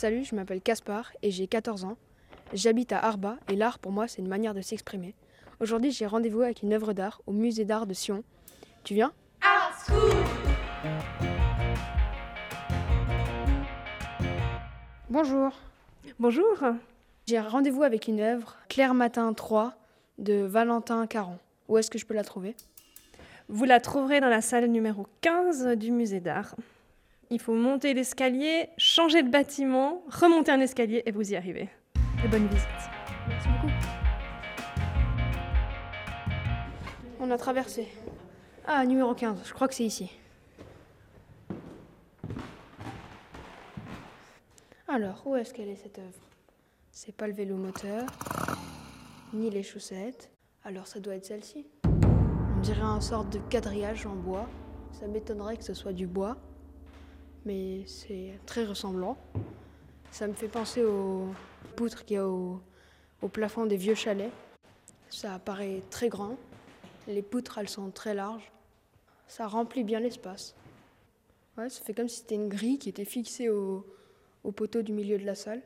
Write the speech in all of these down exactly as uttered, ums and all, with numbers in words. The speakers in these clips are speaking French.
Salut, je m'appelle Caspar et j'ai quatorze ans. J'habite à Arba et l'art pour moi c'est une manière de s'exprimer. Aujourd'hui j'ai rendez-vous avec une œuvre d'art au musée d'art de Sion. Tu viens ? Art School. Bonjour. Bonjour. J'ai rendez-vous avec une œuvre, Clair Matin trois, de Valentin Caron. Où est-ce que je peux la trouver ? Vous la trouverez dans la salle numéro quinze du musée d'art. Il faut monter l'escalier, changer de bâtiment, remonter un escalier et vous y arrivez. Et bonne visite. Merci beaucoup. On a traversé. Ah, numéro quinze, je crois que c'est ici. Alors, où est-ce qu'elle est cette œuvre ? C'est pas le vélo moteur, ni les chaussettes. Alors ça doit être celle-ci. On dirait un sorte de quadrillage en bois. Ça m'étonnerait que ce soit du bois, mais c'est très ressemblant. Ça me fait penser aux poutres qu'il y a au, au plafond des vieux chalets. Ça paraît très grand. Les poutres, elles sont très larges. Ça remplit bien l'espace. Ouais, ça fait comme si c'était une grille qui était fixée au, au poteau du milieu de la salle.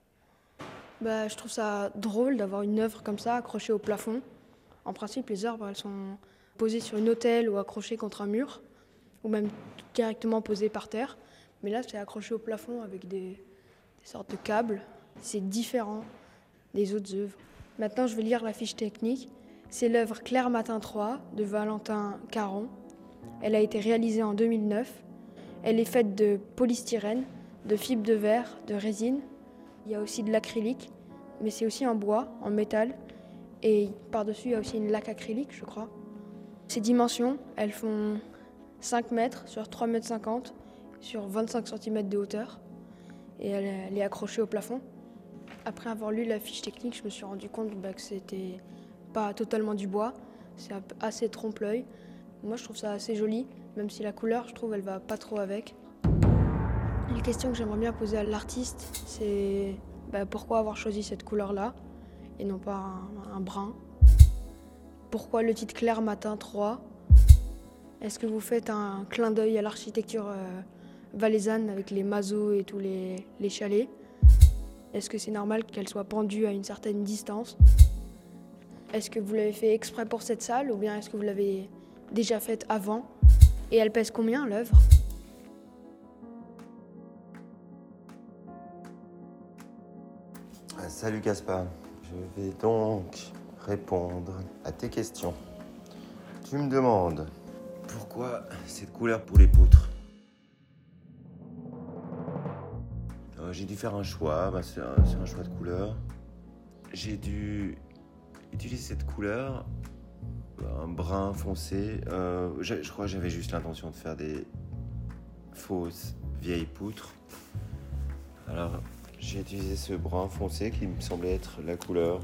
Bah, je trouve ça drôle d'avoir une œuvre comme ça accrochée au plafond. En principe, les œuvres, elles sont posées sur une autelle ou accrochées contre un mur, ou même directement posées par terre. Mais là, c'est accroché au plafond avec des, des sortes de câbles. C'est différent des autres œuvres. Maintenant, je vais lire la fiche technique. C'est l'œuvre Clair Matin trois de Valentin Caron. Elle a été réalisée en deux mille neuf. Elle est faite de polystyrène, de fibres de verre, de résine. Il y a aussi de l'acrylique, mais c'est aussi en bois, en métal. Et par-dessus, il y a aussi une laque acrylique, je crois. Ces dimensions, elles font cinq mètres sur trois mètres cinquante, sur vingt-cinq centimètres de hauteur. Et elle, elle est accrochée au plafond. Après avoir lu la fiche technique, je me suis rendu compte bah, que c'était pas totalement du bois. C'est assez trompe-l'œil. Moi, je trouve ça assez joli, même si la couleur, je trouve, elle va pas trop avec. Une question que j'aimerais bien poser à l'artiste, c'est bah, pourquoi avoir choisi cette couleur-là et non pas un, un brun ? Pourquoi le titre Clair Matin trois ? Est-ce que vous faites un clin d'œil à l'architecture euh, valaisanne avec les masos et tous les, les chalets ? Est-ce que c'est normal qu'elle soit pendue à une certaine distance ? Est-ce que vous l'avez fait exprès pour cette salle ou bien est-ce que vous l'avez déjà faite avant ? Et elle pèse combien l'œuvre ? Salut Caspar, je vais donc répondre à tes questions. Tu me demandes pourquoi cette couleur pour les poutres. Euh, j'ai dû faire un choix, bah, c'est, un, c'est un choix de couleur. J'ai dû utiliser cette couleur, un brun foncé. Euh, je, je crois que j'avais juste l'intention de faire des fausses vieilles poutres. Alors, j'ai utilisé ce brun foncé qui me semblait être la couleur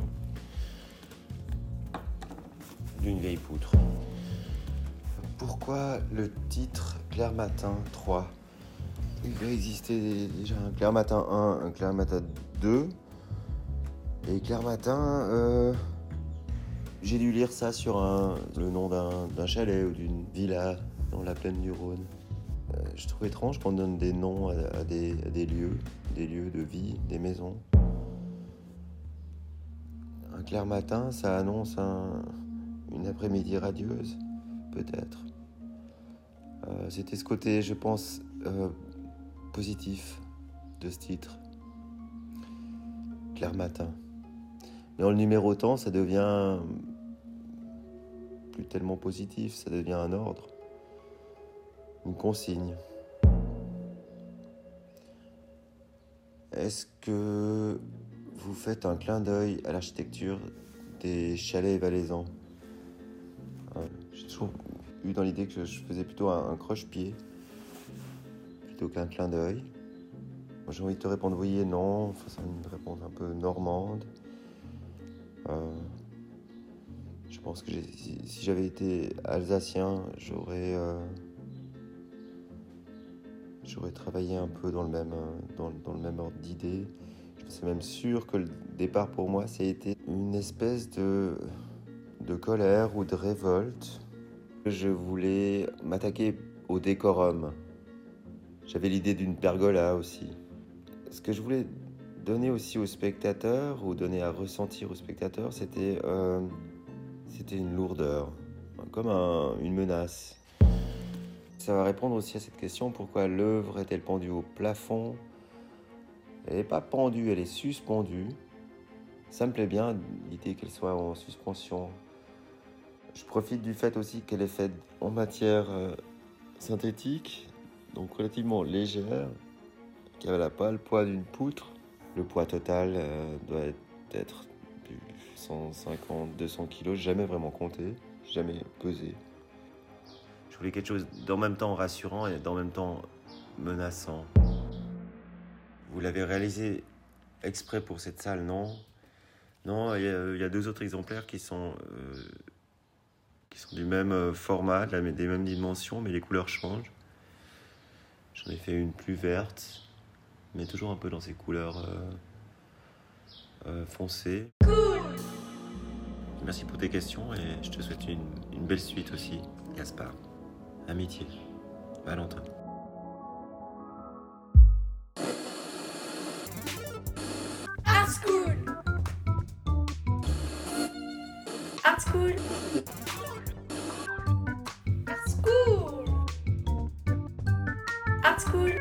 d'une vieille poutre. Pourquoi le titre Clair Matin trois ? Il va exister déjà un Clair Matin un, un Clair Matin deux. Et Clair Matin, euh, j'ai dû lire ça sur un, le nom d'un, d'un chalet ou d'une villa dans la plaine du Rhône. Euh, je trouve étrange qu'on donne des noms à, à, des, à des lieux, des lieux de vie, des maisons. Un clair matin, ça annonce un, une après-midi radieuse, peut-être. Euh, c'était ce côté, je pense, euh, positif de ce titre. Clair matin. Mais en le numérotant, ça devient plus tellement positif, ça devient un ordre, une consigne. Est-ce que vous faites un clin d'œil à l'architecture des chalets valaisans ? euh, J'ai toujours eu dans l'idée que je faisais plutôt un, un croche-pied plutôt qu'un clin d'œil. J'ai envie de te répondre oui et non, enfin, c'est une réponse un peu normande. Euh, je pense que j'ai, si, si j'avais été alsacien, j'aurais... Euh, J'aurais travaillé un peu dans le même, dans, dans le même ordre d'idées. Je suis même sûr que le départ pour moi, ça a été une espèce de, de colère ou de révolte. Je voulais m'attaquer au décorum. J'avais l'idée d'une pergola aussi. ce que je voulais donner aussi aux spectateurs, ou donner à ressentir aux spectateurs, c'était, euh, c'était une lourdeur, comme un, une menace. Ça va répondre aussi à cette question, pourquoi l'œuvre est-elle pendue au plafond? Elle n'est pas pendue, elle est suspendue. Ça me plaît bien, l'idée qu'elle soit en suspension. Je profite du fait aussi qu'elle est faite en matière euh, synthétique, donc relativement légère, qu'elle n'a pas le poids d'une poutre. Le poids total euh, doit être du cent cinquante à deux cents kilos, jamais vraiment compté, jamais pesé. Je voulais quelque chose d'en même temps rassurant et d'en même temps menaçant. Vous l'avez réalisé exprès pour cette salle, non? Non, il y, a, il y a deux autres exemplaires qui sont, euh, qui sont du même format, de la, des mêmes dimensions, mais les couleurs changent. J'en ai fait une plus verte, mais toujours un peu dans ces couleurs euh, euh, foncées. Cool. Merci pour tes questions et je te souhaite une, une belle suite aussi, Gaspard. Amitié, Valentin. Art School. Art School. Art School. Art School.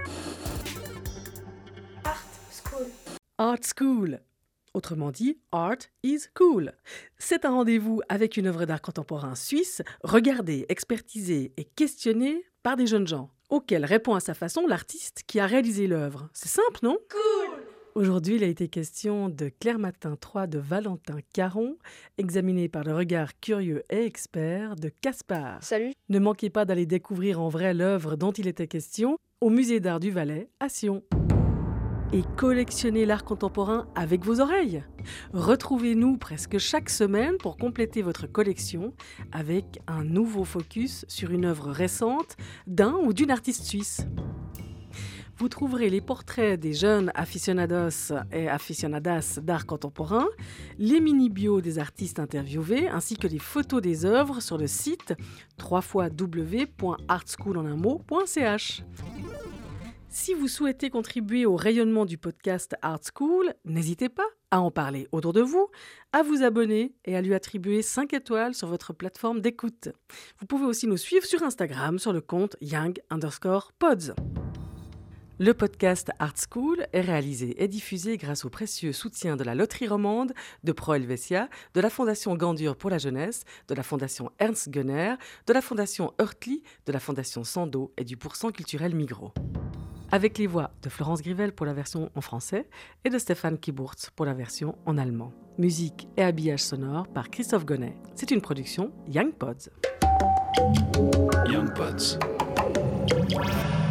Art School. Art School. Autrement dit, Art is cool. C'est un rendez-vous avec une œuvre d'art contemporain suisse, regardée, expertisée et questionnée par des jeunes gens, auxquels répond à sa façon l'artiste qui a réalisé l'œuvre. C'est simple, non? Cool. Aujourd'hui, il a été question de Claire Matin trois de Valentin Caron, examiné par le regard curieux et expert de Gaspard. Salut. Ne manquez pas d'aller découvrir en vrai l'œuvre dont il était question au Musée d'art du Valais à Sion. Et collectionnez l'art contemporain avec vos oreilles. Retrouvez-nous presque chaque semaine pour compléter votre collection avec un nouveau focus sur une œuvre récente d'un ou d'une artiste suisse. Vous trouverez les portraits des jeunes aficionados et aficionadas d'art contemporain, les mini-bios des artistes interviewés, ainsi que les photos des œuvres sur le site w w w point art school en un mot point c h. Si vous souhaitez contribuer au rayonnement du podcast Art School, n'hésitez pas à en parler autour de vous, à vous abonner et à lui attribuer cinq étoiles sur votre plateforme d'écoute. Vous pouvez aussi nous suivre sur Instagram sur le compte young underscore pods. Le podcast Art School est réalisé et diffusé grâce au précieux soutien de la Loterie Romande, de Pro Helvetia, de la Fondation Gandur pour la jeunesse, de la Fondation Ernst Gunner, de la Fondation Heurtli, de la Fondation Sando et du Pourcent culturel Migros. Avec les voix de Florence Grivel pour la version en français et de Stéphane Kiburtz pour la version en allemand. Musique et habillage sonore par Christophe Gonnet. C'est une production Young Pods. Young Pods.